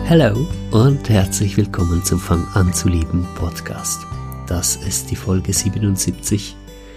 Hallo und herzlich willkommen zum Fang an zu leben Podcast. Das ist die Folge 77.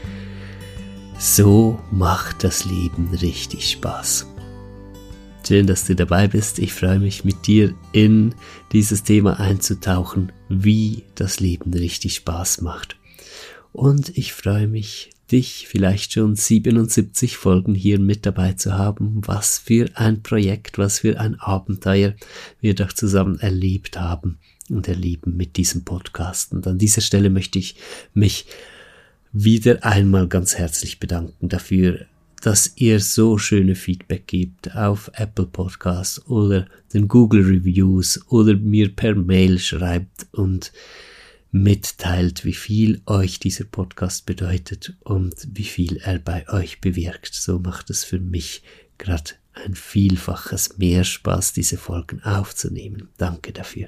So macht das Leben richtig Spaß. Schön, dass du dabei bist. Ich freue mich, mit dir in dieses Thema einzutauchen, wie das Leben richtig Spaß macht. Und ich freue mich, dich vielleicht schon 77 Folgen hier mit dabei zu haben. Was für ein Projekt, was für ein Abenteuer wir doch zusammen erlebt haben und erleben mit diesem Podcast. Und an dieser Stelle möchte ich mich wieder einmal ganz herzlich bedanken dafür, dass ihr so schöne Feedback gebt auf Apple Podcasts oder den Google Reviews oder mir per Mail schreibt und mitteilt, wie viel euch dieser Podcast bedeutet und wie viel er bei euch bewirkt. So macht es für mich gerade ein Vielfaches mehr Spaß, diese Folgen aufzunehmen. Danke dafür.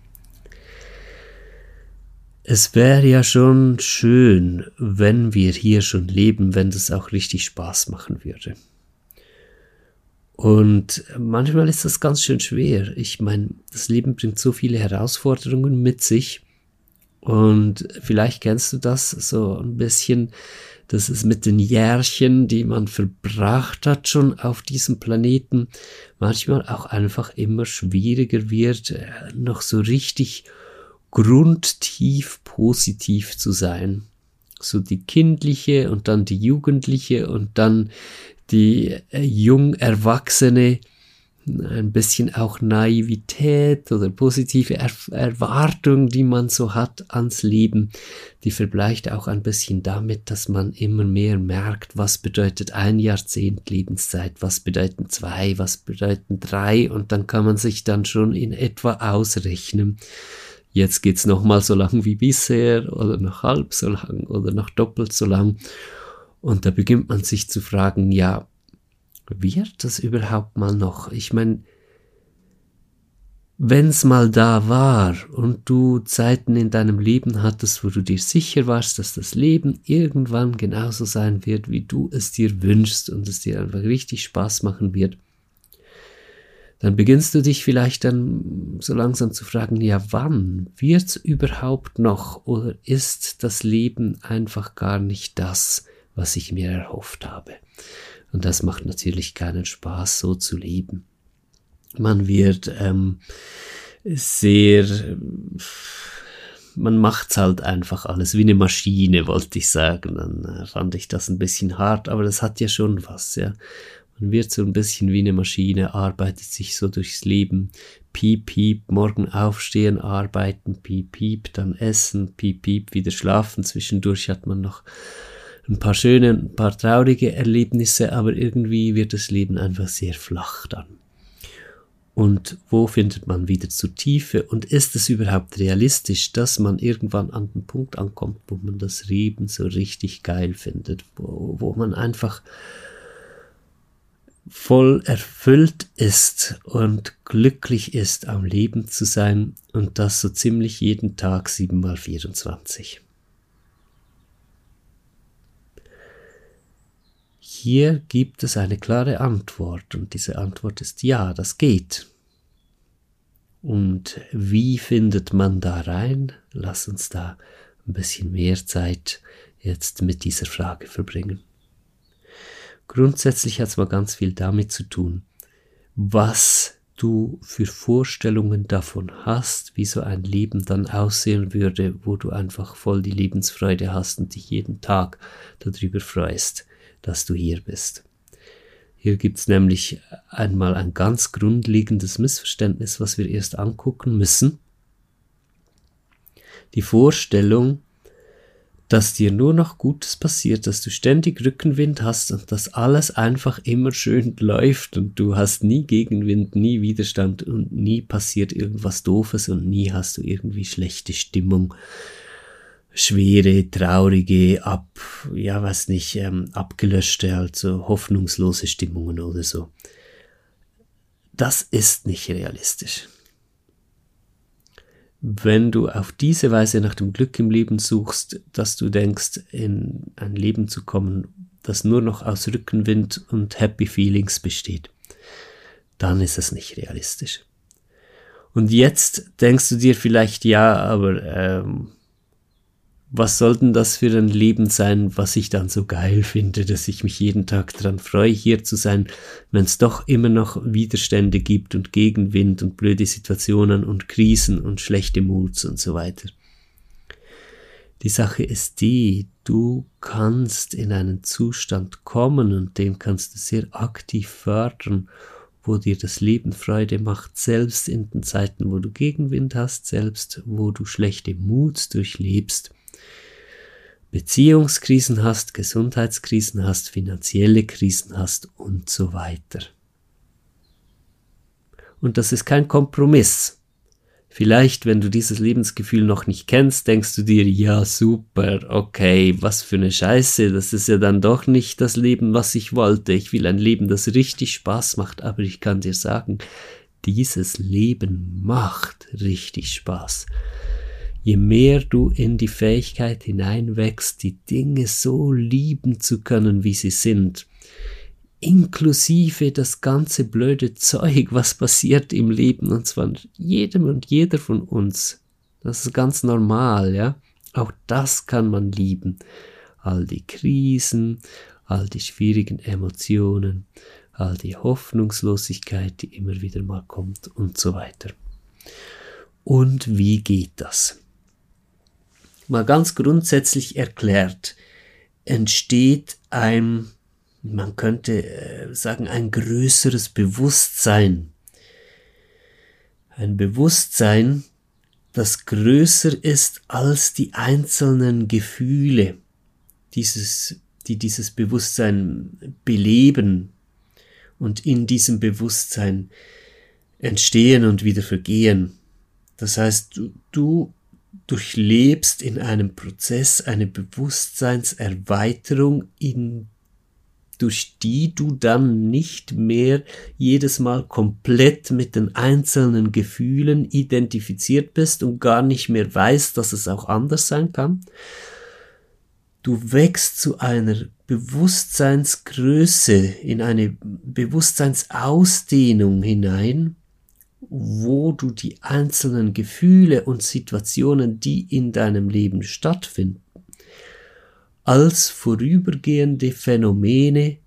Es wäre ja schon schön, wenn wir hier schon leben, wenn das auch richtig Spaß machen würde. Und manchmal ist das ganz schön schwer. Ich meine, das Leben bringt so viele Herausforderungen mit sich. Und vielleicht kennst du das so ein bisschen, dass es mit den Jährchen, die man verbracht hat schon auf diesem Planeten, manchmal auch einfach immer schwieriger wird, noch so richtig grundtief positiv zu sein. So die kindliche und dann die jugendliche und dann die jung Erwachsene, ein bisschen auch Naivität oder positive Erwartung, die man so hat ans Leben, die verbleicht auch ein bisschen damit, dass man immer mehr merkt, was bedeutet ein Jahrzehnt Lebenszeit, was bedeuten 2, was bedeuten 3 und dann kann man sich dann schon in etwa ausrechnen, jetzt geht's nochmal so lang wie bisher oder noch halb so lang oder noch doppelt so lang und da beginnt man sich zu fragen, ja, wird das überhaupt mal noch? Ich meine, wenn's mal da war und du Zeiten in deinem Leben hattest, wo du dir sicher warst, dass das Leben irgendwann genauso sein wird, wie du es dir wünschst und es dir einfach richtig Spaß machen wird, dann beginnst du dich vielleicht dann so langsam zu fragen, ja, wann wird's überhaupt noch oder ist das Leben einfach gar nicht das, was ich mir erhofft habe? Und das macht natürlich keinen Spaß, so zu leben. Man wird man macht's halt einfach alles wie eine Maschine, wollte ich sagen. Dann fand ich das ein bisschen hart, aber das hat ja schon was, ja. Man wird so ein bisschen wie eine Maschine, arbeitet sich so durchs Leben. Piep, piep, morgen aufstehen, arbeiten, piep, piep, dann essen, piep, piep, wieder schlafen. Zwischendurch hat man noch ein paar schöne, ein paar traurige Erlebnisse, aber irgendwie wird das Leben einfach sehr flach dann. Und wo findet man wieder zur Tiefe? Und ist es überhaupt realistisch, dass man irgendwann an den Punkt ankommt, wo man das Leben so richtig geil findet, wo man einfach voll erfüllt ist und glücklich ist, am Leben zu sein und das so ziemlich jeden Tag 7x24. Hier gibt es eine klare Antwort und diese Antwort ist ja, das geht. Und wie findet man da rein? Lass uns da ein bisschen mehr Zeit jetzt mit dieser Frage verbringen. Grundsätzlich hat es mal ganz viel damit zu tun, was du für Vorstellungen davon hast, wie so ein Leben dann aussehen würde, wo du einfach voll die Lebensfreude hast und dich jeden Tag darüber freust, dass du hier bist. Hier gibt es nämlich einmal ein ganz grundlegendes Missverständnis, was wir erst angucken müssen. Die Vorstellung, dass dir nur noch Gutes passiert, dass du ständig Rückenwind hast und dass alles einfach immer schön läuft und du hast nie Gegenwind, nie Widerstand und nie passiert irgendwas Doofes und nie hast du irgendwie schlechte Stimmung, schwere, traurige, abgelöschte, also hoffnungslose Stimmungen oder so. Das ist nicht realistisch. Wenn du auf diese Weise nach dem Glück im Leben suchst, dass du denkst, in ein Leben zu kommen, das nur noch aus Rückenwind und Happy Feelings besteht, dann ist es nicht realistisch. Und jetzt denkst du dir vielleicht, ja, aber was soll denn das für ein Leben sein, was ich dann so geil finde, dass ich mich jeden Tag daran freue, hier zu sein, wenn es doch immer noch Widerstände gibt und Gegenwind und blöde Situationen und Krisen und schlechte Moods und so weiter. Die Sache ist die, du kannst in einen Zustand kommen und den kannst du sehr aktiv fördern, wo dir das Leben Freude macht, selbst in den Zeiten, wo du Gegenwind hast, selbst wo du schlechte Moods durchlebst, Beziehungskrisen hast, Gesundheitskrisen hast, finanzielle Krisen hast und so weiter. Und das ist kein Kompromiss. Vielleicht, wenn du dieses Lebensgefühl noch nicht kennst, denkst du dir, ja super, okay, was für eine Scheiße, das ist ja dann doch nicht das Leben, was ich wollte. Ich will ein Leben, das richtig Spaß macht, aber ich kann dir sagen, dieses Leben macht richtig Spaß. Je mehr du in die Fähigkeit hineinwächst, die Dinge so lieben zu können, wie sie sind, inklusive das ganze blöde Zeug, was passiert im Leben, und zwar jedem und jeder von uns. Das ist ganz normal, ja. Auch das kann man lieben. All die Krisen, all die schwierigen Emotionen, all die Hoffnungslosigkeit, die immer wieder mal kommt und so weiter. Und wie geht das? Mal ganz grundsätzlich erklärt, entsteht man könnte sagen, ein größeres Bewusstsein. Ein Bewusstsein, das größer ist als die einzelnen Gefühle, die dieses Bewusstsein beleben und in diesem Bewusstsein entstehen und wieder vergehen. Das heißt, du durchlebst in einem Prozess eine Bewusstseinserweiterung, durch die du dann nicht mehr jedes Mal komplett mit den einzelnen Gefühlen identifiziert bist und gar nicht mehr weißt, dass es auch anders sein kann. Du wächst zu einer Bewusstseinsgröße, in eine Bewusstseinsausdehnung hinein, wo du die einzelnen Gefühle und Situationen, die in deinem Leben stattfinden, als vorübergehende Phänomene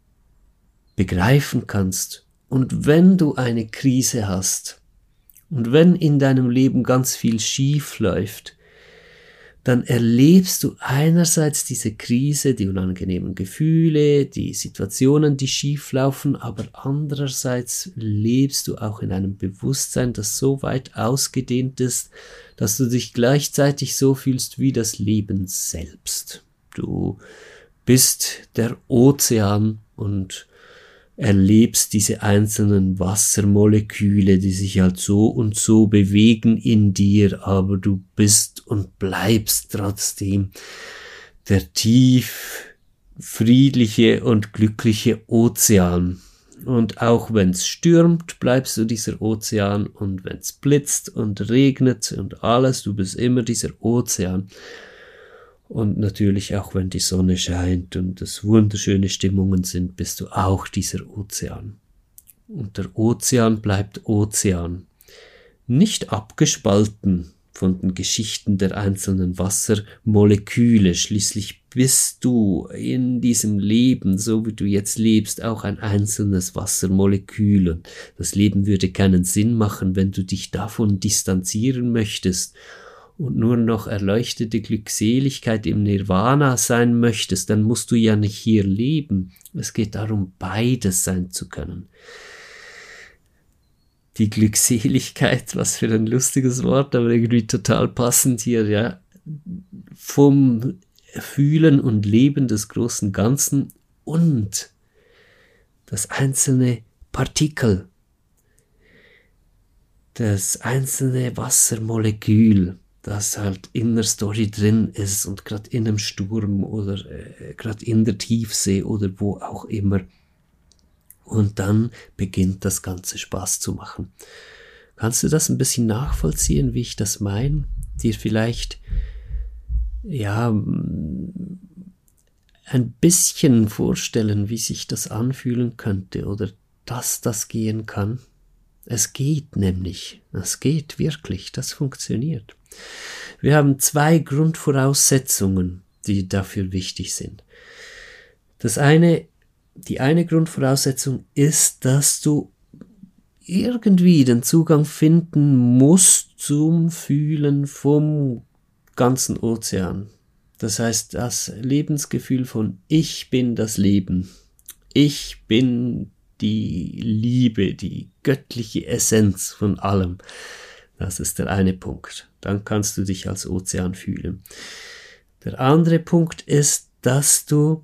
begreifen kannst. Und wenn du eine Krise hast und wenn in deinem Leben ganz viel schief läuft, dann erlebst du einerseits diese Krise, die unangenehmen Gefühle, die Situationen, die schief laufen, aber andererseits lebst du auch in einem Bewusstsein, das so weit ausgedehnt ist, dass du dich gleichzeitig so fühlst wie das Leben selbst. Du bist der Ozean und erlebst diese einzelnen Wassermoleküle, die sich halt so und so bewegen in dir, aber du bist und bleibst trotzdem der tief friedliche und glückliche Ozean. Und auch wenn es stürmt, bleibst du dieser Ozean, und wenn es blitzt und regnet und alles, du bist immer dieser Ozean. Und natürlich auch wenn die Sonne scheint und es wunderschöne Stimmungen sind, bist du auch dieser Ozean. Und der Ozean bleibt Ozean. Nicht abgespalten von den Geschichten der einzelnen Wassermoleküle. Schließlich bist du in diesem Leben, so wie du jetzt lebst, auch ein einzelnes Wassermolekül. Und das Leben würde keinen Sinn machen, wenn du dich davon distanzieren möchtest und nur noch erleuchtete Glückseligkeit im Nirvana sein möchtest, dann musst du ja nicht hier leben. Es geht darum, beides sein zu können. Die Glückseligkeit, was für ein lustiges Wort, aber irgendwie total passend hier, ja, vom Fühlen und Leben des großen Ganzen und das einzelne Partikel, das einzelne Wassermolekül, das halt in der Story drin ist und gerade in einem Sturm oder gerade in der Tiefsee oder wo auch immer. Und dann beginnt das Ganze Spaß zu machen. Kannst du das ein bisschen nachvollziehen, wie ich das meine? Dir vielleicht, ja, ein bisschen vorstellen, wie sich das anfühlen könnte oder dass das gehen kann? Es geht nämlich, es geht wirklich, das funktioniert. Wir haben 2 Grundvoraussetzungen, die dafür wichtig sind. Die eine Grundvoraussetzung ist, dass du irgendwie den Zugang finden musst zum Fühlen vom ganzen Ozean. Das heißt, das Lebensgefühl von ich bin das Leben. Ich bin die Liebe, die göttliche Essenz von allem. Das ist der eine Punkt. Dann kannst du dich als Ozean fühlen. Der andere Punkt ist, dass du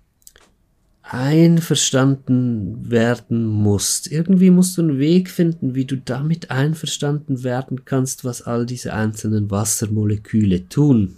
einverstanden werden musst. Irgendwie musst du einen Weg finden, wie du damit einverstanden werden kannst, was all diese einzelnen Wassermoleküle tun.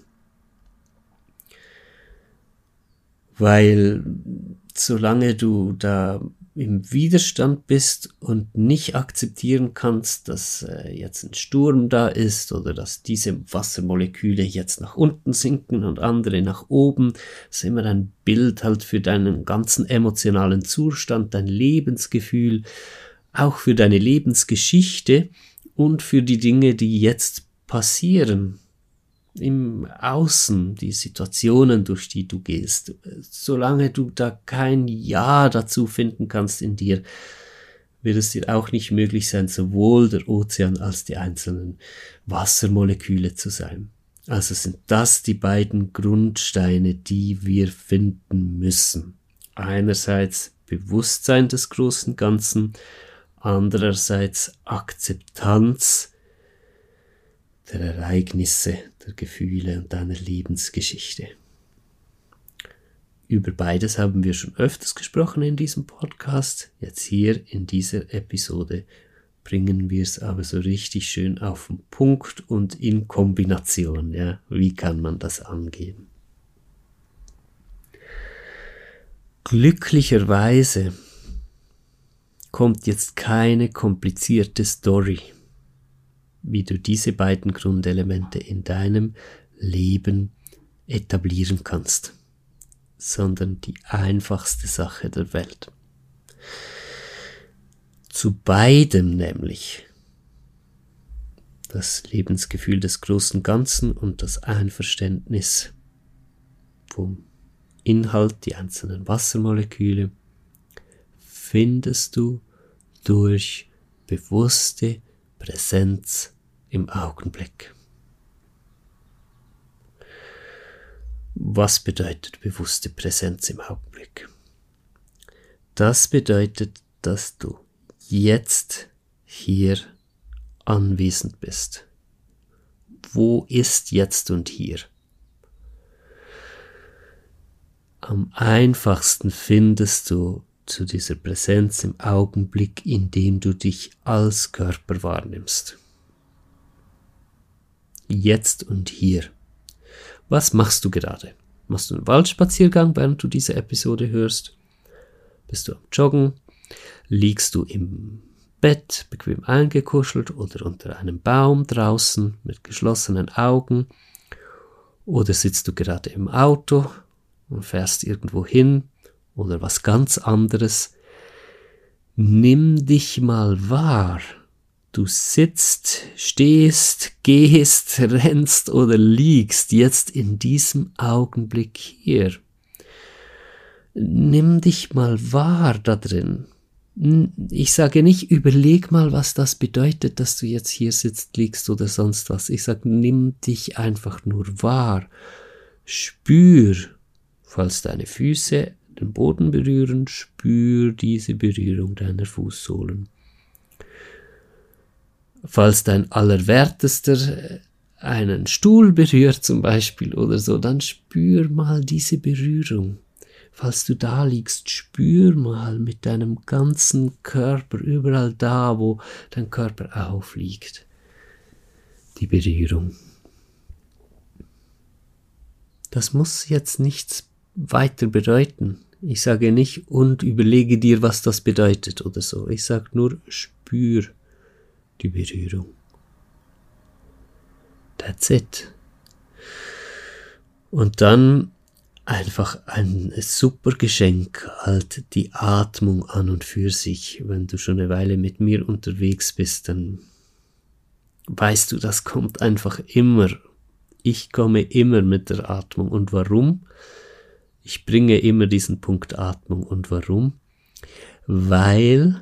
Weil solange du da im Widerstand bist und nicht akzeptieren kannst, dass jetzt ein Sturm da ist oder dass diese Wassermoleküle jetzt nach unten sinken und andere nach oben, das ist immer ein Bild halt für deinen ganzen emotionalen Zustand, dein Lebensgefühl, auch für deine Lebensgeschichte und für die Dinge, die jetzt passieren. Im Außen, die Situationen, durch die du gehst, solange du da kein Ja dazu finden kannst in dir, wird es dir auch nicht möglich sein, sowohl der Ozean als die einzelnen Wassermoleküle zu sein. Also sind das die beiden Grundsteine, die wir finden müssen. Einerseits Bewusstsein des großen Ganzen, andererseits Akzeptanz der Ereignisse, der Gefühle und deiner Lebensgeschichte. Über beides haben wir schon öfters gesprochen in diesem Podcast. Jetzt hier in dieser Episode bringen wir es aber so richtig schön auf den Punkt und in Kombination. Ja, wie kann man das angehen? Glücklicherweise kommt jetzt keine komplizierte Story, wie du diese beiden Grundelemente in deinem Leben etablieren kannst, sondern die einfachste Sache der Welt. Zu beidem nämlich, das Lebensgefühl des großen Ganzen und das Einverständnis vom Inhalt, die einzelnen Wassermoleküle, findest du durch bewusste Präsenz im Augenblick. Was bedeutet bewusste Präsenz im Augenblick? Das bedeutet, dass du jetzt hier anwesend bist. Wo ist jetzt und hier? Am einfachsten findest du zu dieser Präsenz im Augenblick, indem du dich als Körper wahrnimmst. Jetzt und hier. Was machst du gerade? Machst du einen Waldspaziergang, während du diese Episode hörst? Bist du am Joggen? Liegst du im Bett, bequem eingekuschelt oder unter einem Baum draußen mit geschlossenen Augen? Oder sitzt du gerade im Auto und fährst irgendwo hin oder was ganz anderes? Nimm dich mal wahr. Du sitzt, stehst, gehst, rennst oder liegst jetzt in diesem Augenblick hier. Nimm dich mal wahr da drin. Ich sage nicht, überleg mal, was das bedeutet, dass du jetzt hier sitzt, liegst oder sonst was. Ich sage, nimm dich einfach nur wahr. Spür, falls deine Füße den Boden berühren, spür diese Berührung deiner Fußsohlen. Falls dein Allerwertester einen Stuhl berührt zum Beispiel oder so, dann spür mal diese Berührung. Falls du da liegst, spür mal mit deinem ganzen Körper, überall da, wo dein Körper aufliegt, die Berührung. Das muss jetzt nichts weiter bedeuten. Ich sage nicht, und überlege dir, was das bedeutet oder so. Ich sage nur, spür die Berührung. That's it. Und dann einfach ein super Geschenk, halt die Atmung an und für sich. Wenn du schon eine Weile mit mir unterwegs bist, dann weißt du, das kommt einfach immer. Ich komme immer mit der Atmung. Und warum? Ich bringe immer diesen Punkt Atmung. Und warum? Weil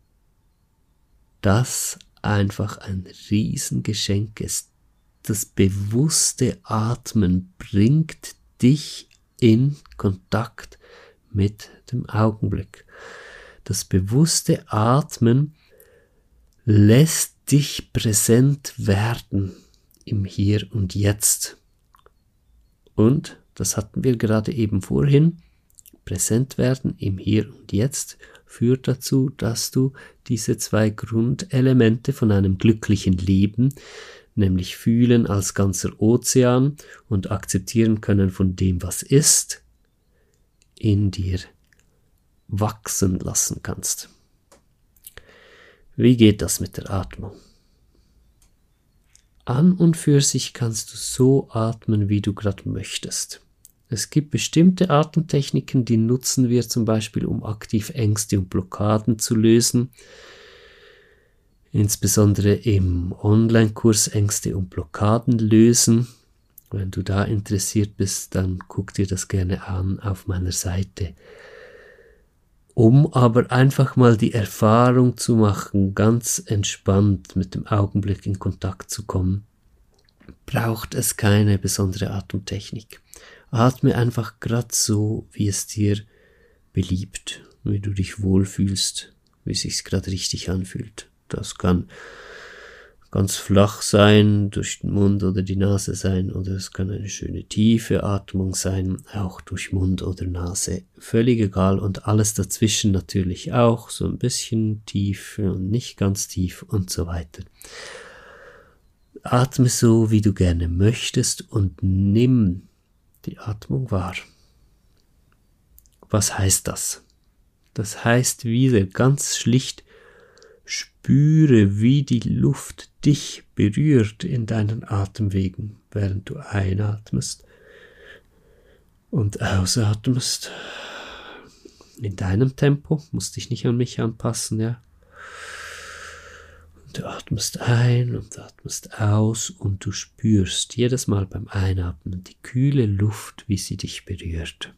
das einfach ein Riesengeschenk ist. Das bewusste Atmen bringt dich in Kontakt mit dem Augenblick. Das bewusste Atmen lässt dich präsent werden im Hier und Jetzt. Und, das hatten wir gerade eben vorhin, präsent werden im Hier und Jetzt führt dazu, dass du diese 2 Grundelemente von einem glücklichen Leben, nämlich fühlen als ganzer Ozean und akzeptieren können von dem, was ist, in dir wachsen lassen kannst. Wie geht das mit der Atmung? An und für sich kannst du so atmen, wie du gerade möchtest. Es gibt bestimmte Atemtechniken, die nutzen wir zum Beispiel, um aktiv Ängste und Blockaden zu lösen. Insbesondere im Online-Kurs Ängste und Blockaden lösen. Wenn du da interessiert bist, dann guck dir das gerne an auf meiner Seite. Um aber einfach mal die Erfahrung zu machen, ganz entspannt mit dem Augenblick in Kontakt zu kommen, braucht es keine besondere Atemtechnik. Atme einfach gerade so, wie es dir beliebt, wie du dich wohlfühlst, wie es sich gerade richtig anfühlt. Das kann ganz flach sein, durch den Mund oder die Nase sein, oder es kann eine schöne tiefe Atmung sein, auch durch Mund oder Nase. Völlig egal, und alles dazwischen natürlich auch, so ein bisschen tief und nicht ganz tief und so weiter. Atme so, wie du gerne möchtest, und nimm die Atmung wahr. Was heißt das? Das heißt wieder ganz schlicht, spüre, wie die Luft dich berührt in deinen Atemwegen, während du einatmest und ausatmest. In deinem Tempo, musst dich nicht an mich anpassen, ja. Du atmest ein und atmest aus und du spürst jedes Mal beim Einatmen die kühle Luft, wie sie dich berührt.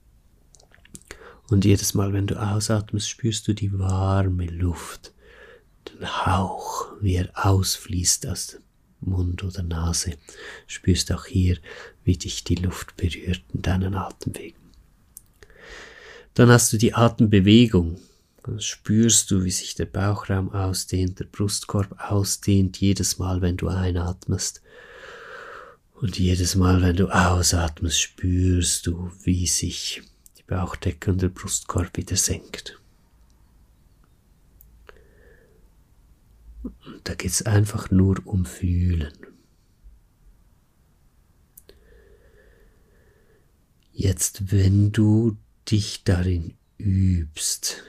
Und jedes Mal, wenn du ausatmest, spürst du die warme Luft, den Hauch, wie er ausfließt aus dem Mund oder Nase. Spürst auch hier, wie dich die Luft berührt in deinen Atemwegen. Dann hast du die Atembewegung. Dann spürst du, wie sich der Bauchraum ausdehnt, der Brustkorb ausdehnt, jedes Mal, wenn du einatmest. Und jedes Mal, wenn du ausatmest, spürst du, wie sich die Bauchdecke und der Brustkorb wieder senkt. Und da geht es einfach nur um Fühlen. Jetzt, wenn du dich darin übst,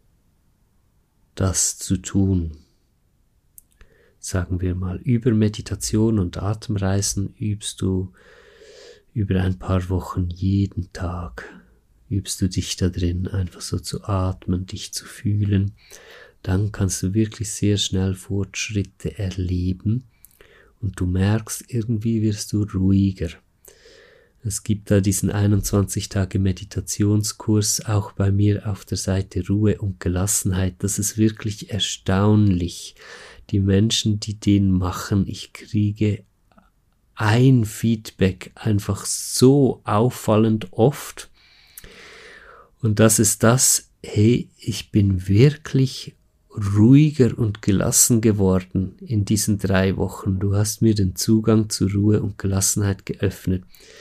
das zu tun, sagen wir mal, über Meditation und Atemreisen übst du über ein paar Wochen jeden Tag, übst du dich da drin, einfach so zu atmen, dich zu fühlen, dann kannst du wirklich sehr schnell Fortschritte erleben und du merkst, irgendwie wirst du ruhiger. Es gibt da diesen 21 Tage Meditationskurs, auch bei mir auf der Seite Ruhe und Gelassenheit. Das ist wirklich erstaunlich. Die Menschen, die den machen, ich kriege ein Feedback einfach so auffallend oft. Und das ist das, hey, ich bin wirklich ruhiger und gelassen geworden in diesen 3 Wochen. Du hast mir den Zugang zu Ruhe und Gelassenheit geöffnet.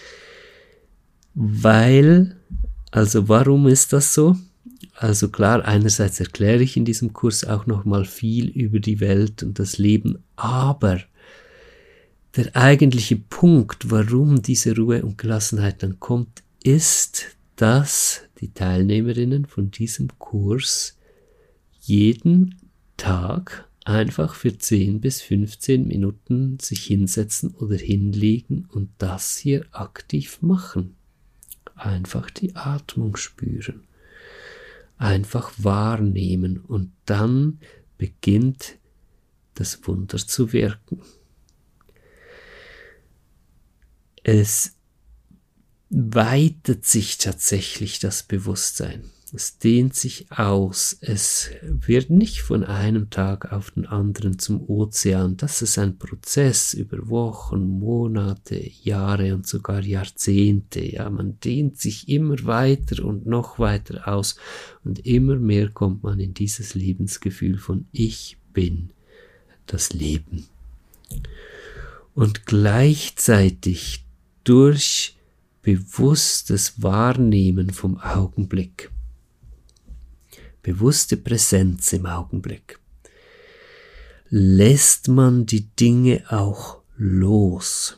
Warum ist das so? Also klar, einerseits erkläre ich in diesem Kurs auch nochmal viel über die Welt und das Leben, aber der eigentliche Punkt, warum diese Ruhe und Gelassenheit dann kommt, ist, dass die Teilnehmerinnen von diesem Kurs jeden Tag einfach für 10 bis 15 Minuten sich hinsetzen oder hinlegen und das hier aktiv machen. Einfach die Atmung spüren. Einfach wahrnehmen und dann beginnt das Wunder zu wirken. Es weitet sich tatsächlich das Bewusstsein. Es dehnt sich aus. Es wird nicht von einem Tag auf den anderen zum Ozean. Das ist ein Prozess über Wochen, Monate, Jahre und sogar Jahrzehnte. Ja, man dehnt sich immer weiter und noch weiter aus und immer mehr kommt man in dieses Lebensgefühl von Ich bin das Leben. Und gleichzeitig durch bewusstes Wahrnehmen vom Augenblick, bewusste Präsenz im Augenblick, lässt man die Dinge auch los.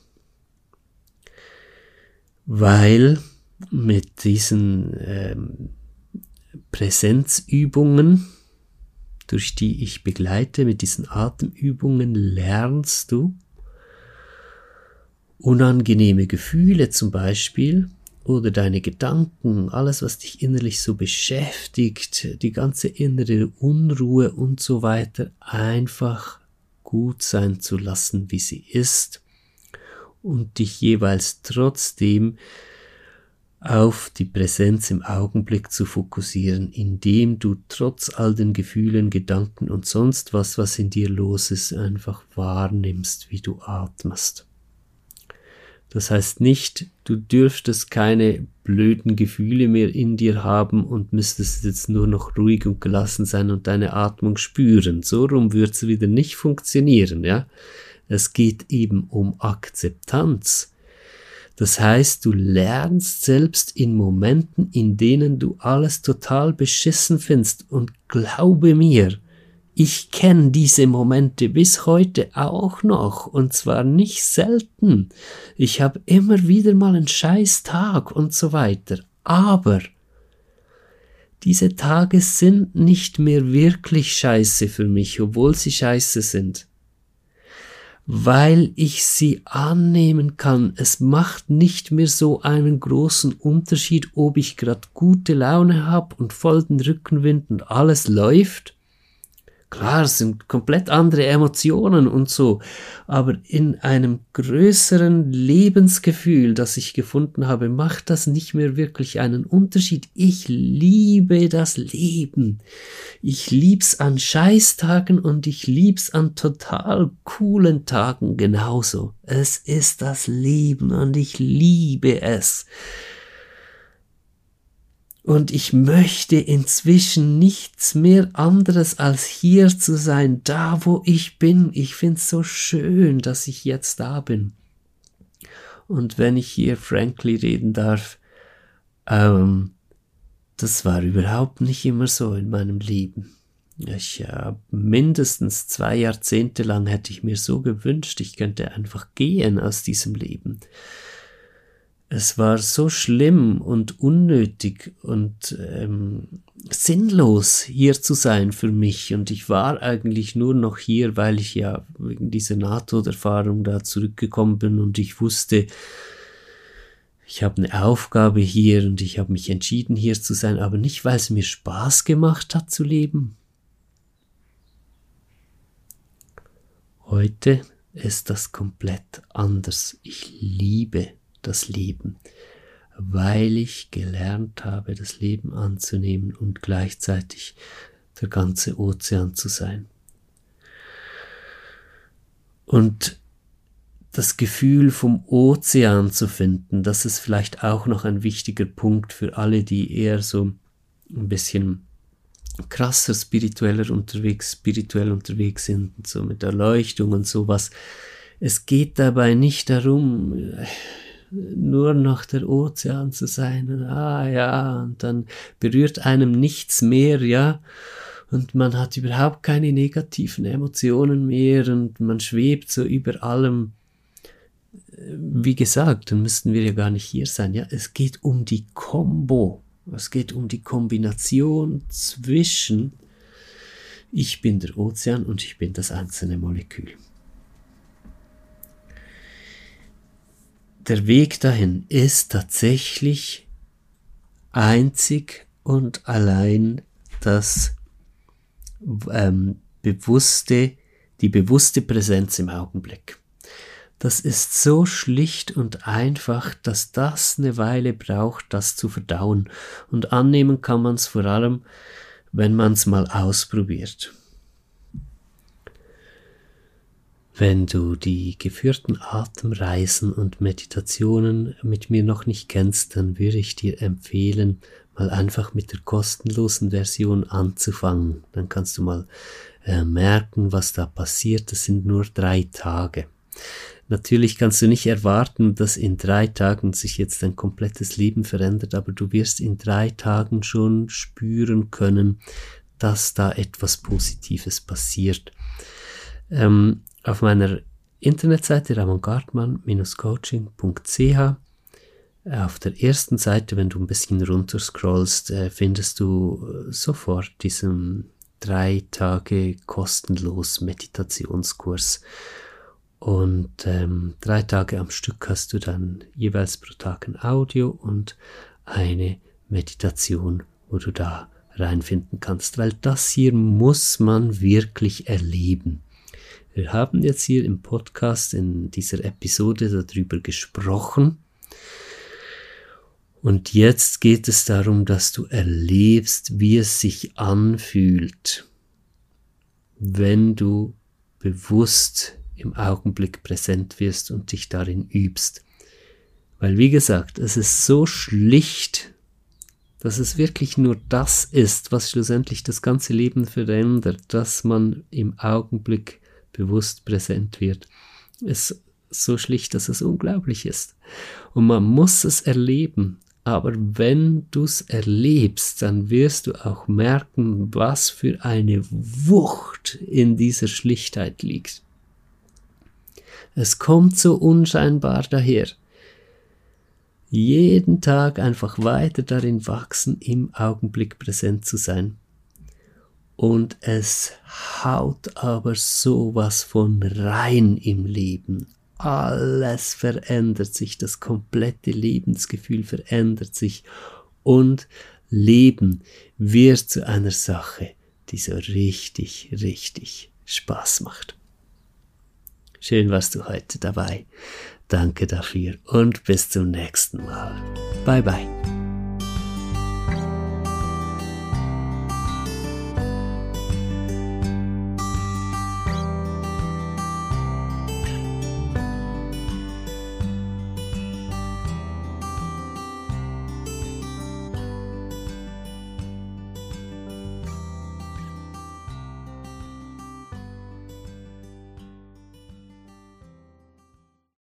Weil mit diesen Präsenzübungen, durch die ich begleite, mit diesen Atemübungen lernst du, unangenehme Gefühle zum Beispiel oder deine Gedanken, alles was dich innerlich so beschäftigt, die ganze innere Unruhe und so weiter, einfach gut sein zu lassen, wie sie ist und dich jeweils trotzdem auf die Präsenz im Augenblick zu fokussieren, indem du trotz all den Gefühlen, Gedanken und sonst was in dir los ist, einfach wahrnimmst, wie du atmest. Das heißt nicht, du dürftest keine blöden Gefühle mehr in dir haben und müsstest jetzt nur noch ruhig und gelassen sein und deine Atmung spüren. So rum wird es wieder nicht funktionieren, ja. Es geht eben um Akzeptanz. Das heißt, du lernst selbst in Momenten, in denen du alles total beschissen findest, und glaube mir, ich kenne diese Momente bis heute auch noch, und zwar nicht selten. Ich habe immer wieder mal einen scheiß Tag und so weiter. Aber diese Tage sind nicht mehr wirklich scheiße für mich, obwohl sie scheiße sind. Weil ich sie annehmen kann. Es macht nicht mehr so einen großen Unterschied, ob ich gerade gute Laune habe und voll den Rückenwind und alles läuft. Klar, es sind komplett andere Emotionen und so, aber in einem größeren Lebensgefühl, das ich gefunden habe, macht das nicht mehr wirklich einen Unterschied. Ich liebe das Leben. Ich lieb's an Scheißtagen und ich lieb's an total coolen Tagen genauso. Es ist das Leben und ich liebe es. Und ich möchte inzwischen nichts mehr anderes als hier zu sein, da wo ich bin. Ich finde es so schön, dass ich jetzt da bin. Und wenn ich hier frankly reden darf, das war überhaupt nicht immer so in meinem Leben. Mindestens 2 Jahrzehnte lang hätte ich mir so gewünscht, ich könnte einfach gehen aus diesem Leben. Es war so schlimm und unnötig und sinnlos hier zu sein für mich, und ich war eigentlich nur noch hier, weil ich ja wegen dieser Nahtoderfahrung da zurückgekommen bin und ich wusste, ich habe eine Aufgabe hier und ich habe mich entschieden hier zu sein, aber nicht, weil es mir Spaß gemacht hat zu leben. Heute ist das komplett anders. Ich liebe das Leben, weil ich gelernt habe, das Leben anzunehmen und gleichzeitig der ganze Ozean zu sein. Und das Gefühl vom Ozean zu finden, das ist vielleicht auch noch ein wichtiger Punkt für alle, die eher so ein bisschen krasser spirituell unterwegs sind, so mit Erleuchtung und sowas. Es geht dabei nicht darum, nur noch der Ozean zu sein, und und dann berührt einem nichts mehr, ja, und man hat überhaupt keine negativen Emotionen mehr und man schwebt so über allem. Wie gesagt, dann müssten wir ja gar nicht hier sein, ja, es geht um die Kombo, es geht um die Kombination zwischen ich bin der Ozean und ich bin das einzelne Molekül. Der Weg dahin ist tatsächlich einzig und allein die bewusste Präsenz im Augenblick. Das ist so schlicht und einfach, dass das eine Weile braucht, das zu verdauen. Und annehmen kann man es vor allem, wenn man es mal ausprobiert. Wenn du die geführten Atemreisen und Meditationen mit mir noch nicht kennst, dann würde ich dir empfehlen, mal einfach mit der kostenlosen Version anzufangen. Dann kannst du mal merken, was da passiert. Das sind nur 3 Tage. Natürlich kannst du nicht erwarten, dass in 3 Tagen sich jetzt dein komplettes Leben verändert, aber du wirst in 3 Tagen schon spüren können, dass da etwas Positives passiert. Auf meiner Internetseite ramongardman-coaching.ch auf der ersten Seite, wenn du ein bisschen runter scrollst, findest du sofort diesen 3 Tage kostenlos Meditationskurs. Und 3 Tage am Stück hast du dann jeweils pro Tag ein Audio und eine Meditation, wo du da reinfinden kannst, weil das hier muss man wirklich erleben. Wir haben jetzt hier im Podcast in dieser Episode darüber gesprochen. Und jetzt geht es darum, dass du erlebst, wie es sich anfühlt, wenn du bewusst im Augenblick präsent wirst und dich darin übst. Weil wie gesagt, es ist so schlicht, dass es wirklich nur das ist, was schlussendlich das ganze Leben verändert, dass man im Augenblick bewusst präsent wird. Es ist so schlicht, dass es unglaublich ist. Und man muss es erleben. Aber wenn du es erlebst, dann wirst du auch merken, was für eine Wucht in dieser Schlichtheit liegt. Es kommt so unscheinbar daher. Jeden Tag einfach weiter darin wachsen, im Augenblick präsent zu sein. Und es haut aber sowas von rein im Leben. Alles verändert sich, das komplette Lebensgefühl verändert sich und Leben wird zu einer Sache, die so richtig, richtig Spaß macht. Schön warst du heute dabei. Danke dafür und bis zum nächsten Mal. Bye bye.